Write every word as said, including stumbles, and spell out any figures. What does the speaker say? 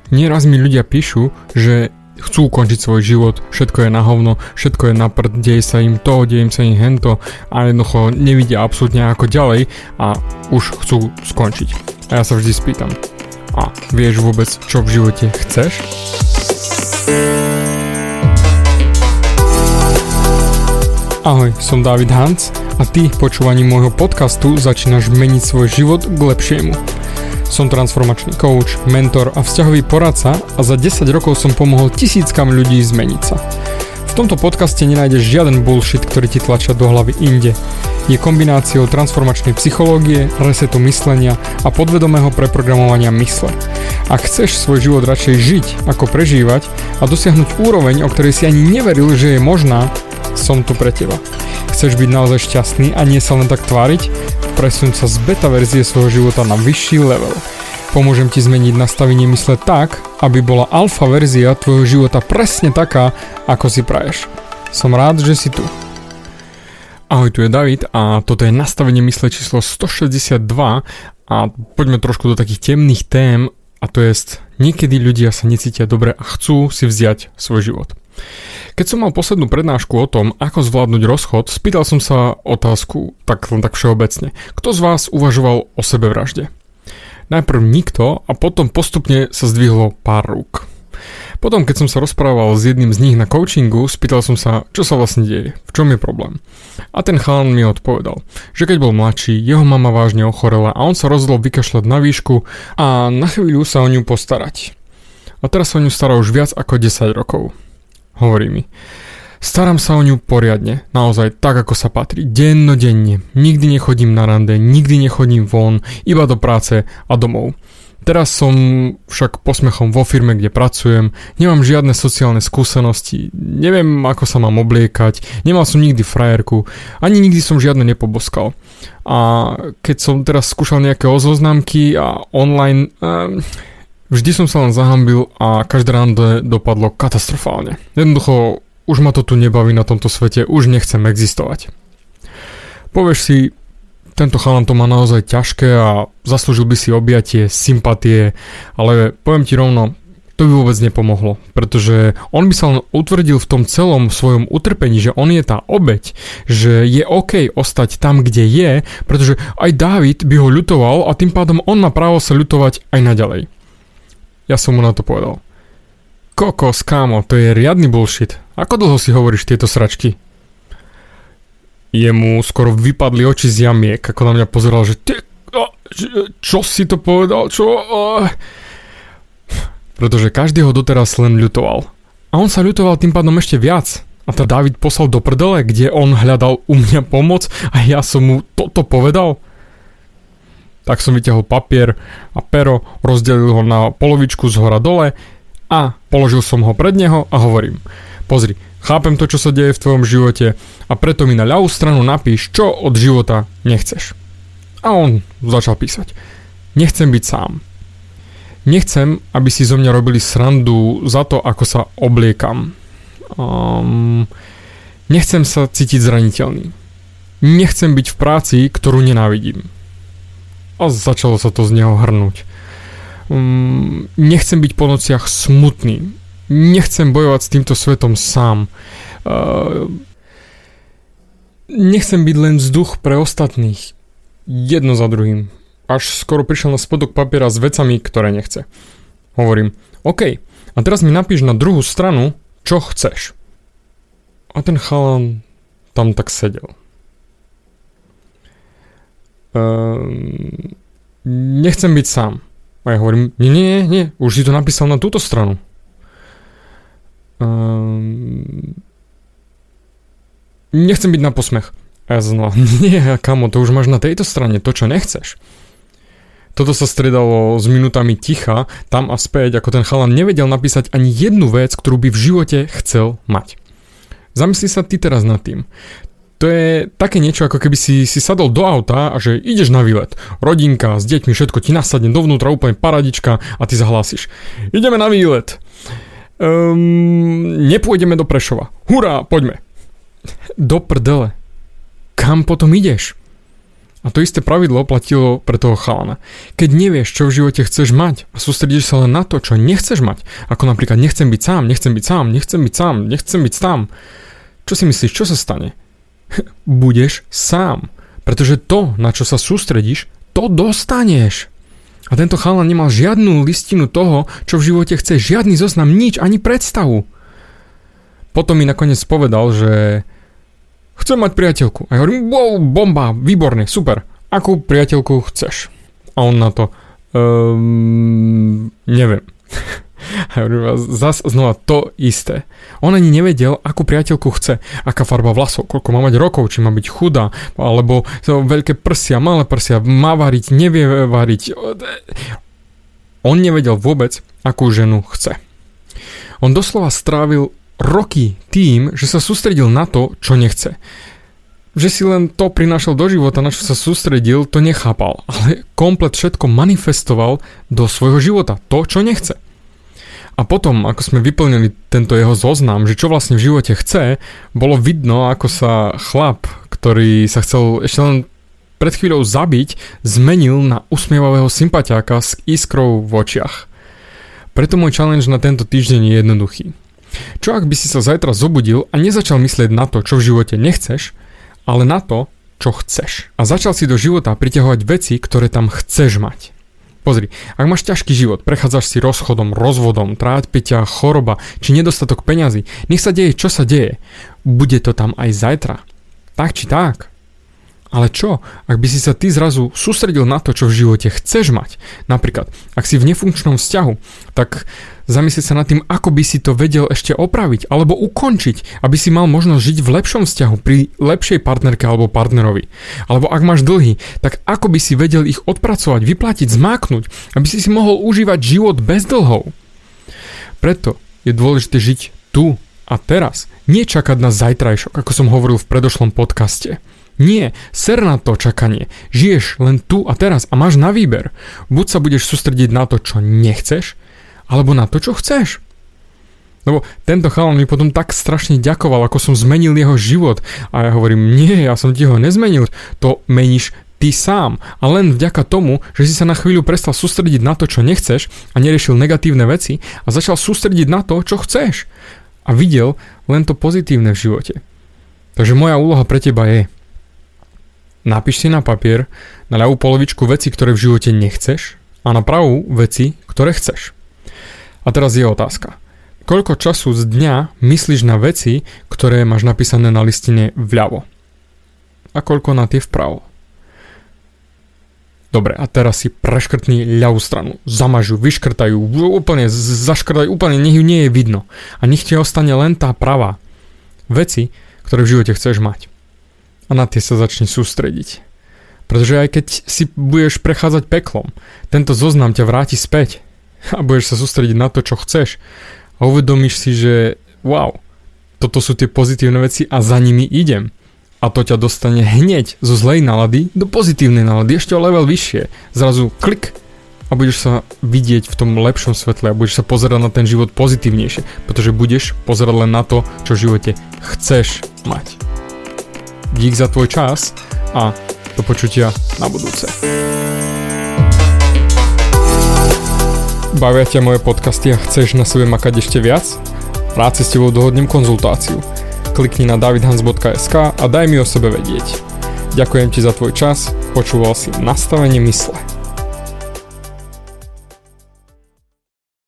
Nieraz mi ľudia píšu, že chcú ukončiť svoj život, všetko je na hovno, všetko je na prd, deje sa im to, deje sa im hento a jednoducho nevidia absolútne ako ďalej a už chcú skončiť. A ja sa vždy spýtam, a vieš vôbec, čo v živote chceš? Ahoj, som David Hans a ty počúvaním môjho podcastu začínaš meniť svoj život k lepšiemu. Som transformačný coach, mentor a vzťahový poradca a za desať rokov som pomohol tisíckam ľudí zmeniť sa. V tomto podcaste nenájdeš žiaden bullshit, ktorý ti tlačia do hlavy inde. Je kombináciou transformačnej psychológie, resetu myslenia a podvedomého preprogramovania mysle. Ak chceš svoj život radšej žiť, ako prežívať a dosiahnuť úroveň, o ktorej si ani neveril, že je možná, som tu pre teba. Chceš byť naozaj šťastný a nie sa len tak tváriť? Presuň sa z beta verzie svojho života na vyšší level. Pomôžem ti zmeniť nastavenie mysle tak, aby bola alfa verzia tvojho života presne taká, ako si praješ. Som rád, že si tu. Ahoj, tu je David a toto je nastavenie mysle číslo stošesťdesiatdva a poďme trošku do takých temných tém, a to jest, niekedy ľudia sa necítia dobre a chcú si vziať svoj život. Keď som mal poslednú prednášku o tom, ako zvládnuť rozchod, spýtal som sa otázku, tak len tak všeobecne. Kto z vás uvažoval o sebevražde? Najprv nikto a potom postupne sa zdvihlo pár rúk. Potom, keď som sa rozprával s jedným z nich na coachingu, spýtal som sa, čo sa vlastne deje, v čom je problém. A ten chalan mi odpovedal, že keď bol mladší, jeho mama vážne ochorela a on sa rozhodol vykašľať na výšku a na chvíľu sa o ňu postarať. A teraz sa o ňu stará už viac ako desať rokov. Hovorí mi, starám sa o ňu poriadne, naozaj tak, ako sa patrí, dennodenne, nikdy nechodím na rande, nikdy nechodím von, iba do práce a domov. Teraz som však posmechom vo firme, kde pracujem, nemám žiadne sociálne skúsenosti, neviem, ako sa mám obliekať, nemal som nikdy frajerku, ani nikdy som žiadne nepoboskal. A keď som teraz skúšal nejaké ozoznámky a online... Um, Vždy som sa len zahambil a každé rande dopadlo katastrofálne. Jednoducho, už ma to tu nebaví na tomto svete, už nechcem existovať. Povieš si, tento chalan to má naozaj ťažké a zaslúžil by si objatie, sympatie, ale poviem ti rovno, to by vôbec nepomohlo, pretože on by sa len utvrdil v tom celom svojom utrpení, že on je tá obeť, že je OK ostať tam, kde je, pretože aj Dávid by ho ľutoval a tým pádom on má právo sa ľutovať aj naďalej. Ja som mu na to povedal. Kokos, kámo, to je riadny bullshit. Ako dlho si hovoríš tieto sračky? Jemu skoro vypadli oči z jamiek, ako na mňa pozeral, že ty, čo si to povedal, čo? Pretože každý ho doteraz len ľutoval. A on sa ľutoval tým pádom ešte viac. A tá Dávid poslal do prdele, kde on hľadal u mňa pomoc a ja som mu toto povedal. Tak som vyťahol papier a pero, rozdelil ho na polovičku z hora dole a položil som ho pred neho a hovorím, pozri, chápem to, čo sa deje v tvojom živote a preto mi na ľavú stranu napíš, čo od života nechceš. A on začal písať. Nechcem byť sám. Nechcem, aby si zo mňa robili srandu za to, ako sa obliekam. Um, nechcem sa cítiť zraniteľný. Nechcem byť v práci, ktorú nenávidím. A začalo sa to z neho hrnúť. Um, nechcem byť po nociach smutný. Nechcem bojovať s týmto svetom sám. Uh, nechcem byť len vzduch pre ostatných. Jedno za druhým. Až skoro prišiel na spodok papiera s vecami, ktoré nechce. Hovorím, OK, a teraz mi napíš na druhú stranu, čo chceš. A ten chalan tam tak sedel. Uh, nechcem byť sám. A ja hovorím, nie, nie, nie, už si to napísal na túto stranu. Uh, nechcem byť na posmech. A ja znova, nie, kamo, to už máš na tejto strane, to čo nechceš. Toto sa striedalo s minútami ticha, tam a späť, ako ten chalan nevedel napísať ani jednu vec, ktorú by v živote chcel mať. Zamysli sa ty teraz nad tým. To je také niečo, ako keby si, si sadol do auta a že ideš na výlet. Rodinka s deťmi, všetko ti nasadne dovnútra, úplne paradička a ty zahlásiš. Ideme na výlet. Um, nepôjdeme do Prešova. Hurá, poďme. Do prdele. Kam potom ideš? A A to isté pravidlo platilo pre toho chalana. Keď nevieš, čo v živote chceš mať a sústredíš sa len na to, čo nechceš mať, ako napríklad nechcem byť sám, nechcem byť sám, nechcem byť sám, nechcem byť sám, čo si myslíš, čo sa stane? Budeš sám, pretože to, na čo sa sústredíš, to dostaneš. A tento chalan nemal žiadnu listinu toho, čo v živote chce, žiadny zoznam, nič, ani predstavu. Potom mi nakoniec povedal, že chcem mať priateľku. A ja hovorím, wow, bomba, výborne, super. Akú priateľku chceš? A on na to, um, neviem. A ja hovorím, zas znova to isté. On ani nevedel, akú priateľku chce. Aká farba vlasov, koľko má mať rokov, či má byť chudá, alebo veľké prsia, malé prsia, má variť, nevie variť. On nevedel vôbec, akú ženu chce. On doslova strávil roky tým, že sa sústredil na to, čo nechce. Že si len to prinášal do života, na čo sa sústredil, to nechápal. Ale komplet všetko manifestoval do svojho života. To, čo nechce. A potom, ako sme vyplnili tento jeho zoznam, že čo vlastne v živote chce, bolo vidno, ako sa chlap, ktorý sa chcel ešte len pred chvíľou zabiť, zmenil na usmievavého sympatiáka s iskrou v očiach. Preto môj challenge na tento týždeň je jednoduchý. Čo ak by si sa zajtra zobudil a nezačal myslieť na to, čo v živote nechceš, ale na to, čo chceš. A začal si do života priťahovať veci, ktoré tam chceš mať. Pozri, ak máš ťažký život, prechádzaš si rozchodom, rozvodom, trápi ťa choroba či nedostatok peňazí, nech sa deje, čo sa deje. Bude to tam aj zajtra. Tak či tak. Ale čo, ak by si sa ty zrazu sústredil na to, čo v živote chceš mať? Napríklad, ak si v nefunkčnom vzťahu, tak zamyslieť sa nad tým, ako by si to vedel ešte opraviť alebo ukončiť, aby si mal možnosť žiť v lepšom vzťahu pri lepšej partnerke alebo partnerovi. Alebo ak máš dlhy, tak ako by si vedel ich odpracovať, vyplatiť, zmáknuť, aby si si mohol užívať život bez dlhov. Preto je dôležité žiť tu a teraz, nie čakať na zajtrajšok, ako som hovoril v predošlom podcaste. Nie, ser na to čakanie. Žiješ len tu a teraz a máš na výber. Buď sa budeš sústrediť na to, čo nechceš, alebo na to, čo chceš. Lebo tento chalan mi potom tak strašne ďakoval, ako som zmenil jeho život. A ja hovorím, nie, ja som ti ho nezmenil. To meníš ty sám. A len vďaka tomu, že si sa na chvíľu prestal sústrediť na to, čo nechceš a neriešil negatívne veci a začal sústrediť na to, čo chceš. A videl len to pozitívne v živote. Takže moja úloha pre teba je: napíš si na papier na ľavú polovičku veci, ktoré v živote nechceš, a na pravú veci, ktoré chceš. A teraz je otázka. Koľko času z dňa myslíš na veci, ktoré máš napísané na listine vľavo? A koľko na tie vpravo? Dobre, a teraz si preškrtni ľavú stranu. Zamažu, vyškrtajú, úplne zaškrtajú, úplne nech ju nie je vidno. A nech ti ostane len tá pravá. Veci, ktoré v živote chceš mať. A na tie sa začni sústrediť. Pretože aj keď si budeš prechádzať peklom, tento zoznam ťa vráti späť a budeš sa sústrediť na to, čo chceš. A uvedomíš si, že wow, toto sú tie pozitívne veci a za nimi idem. A to ťa dostane hneď zo zlej nálady do pozitívnej nálady, ešte o level vyššie. Zrazu klik a budeš sa vidieť v tom lepšom svetle a budeš sa pozerať na ten život pozitívnejšie, pretože budeš pozerať len na to, čo v živote chceš mať. Dík za tvoj čas a do počutia na budúce. Bavia ťa moje podcasty a chceš na sebe makať ešte viac? Rád si s tebou dohodnem konzultáciu. Klikni na davidhans bodka es ká a daj mi o sebe vedieť. Ďakujem ti za tvoj čas, počúval si Nastavenie mysle.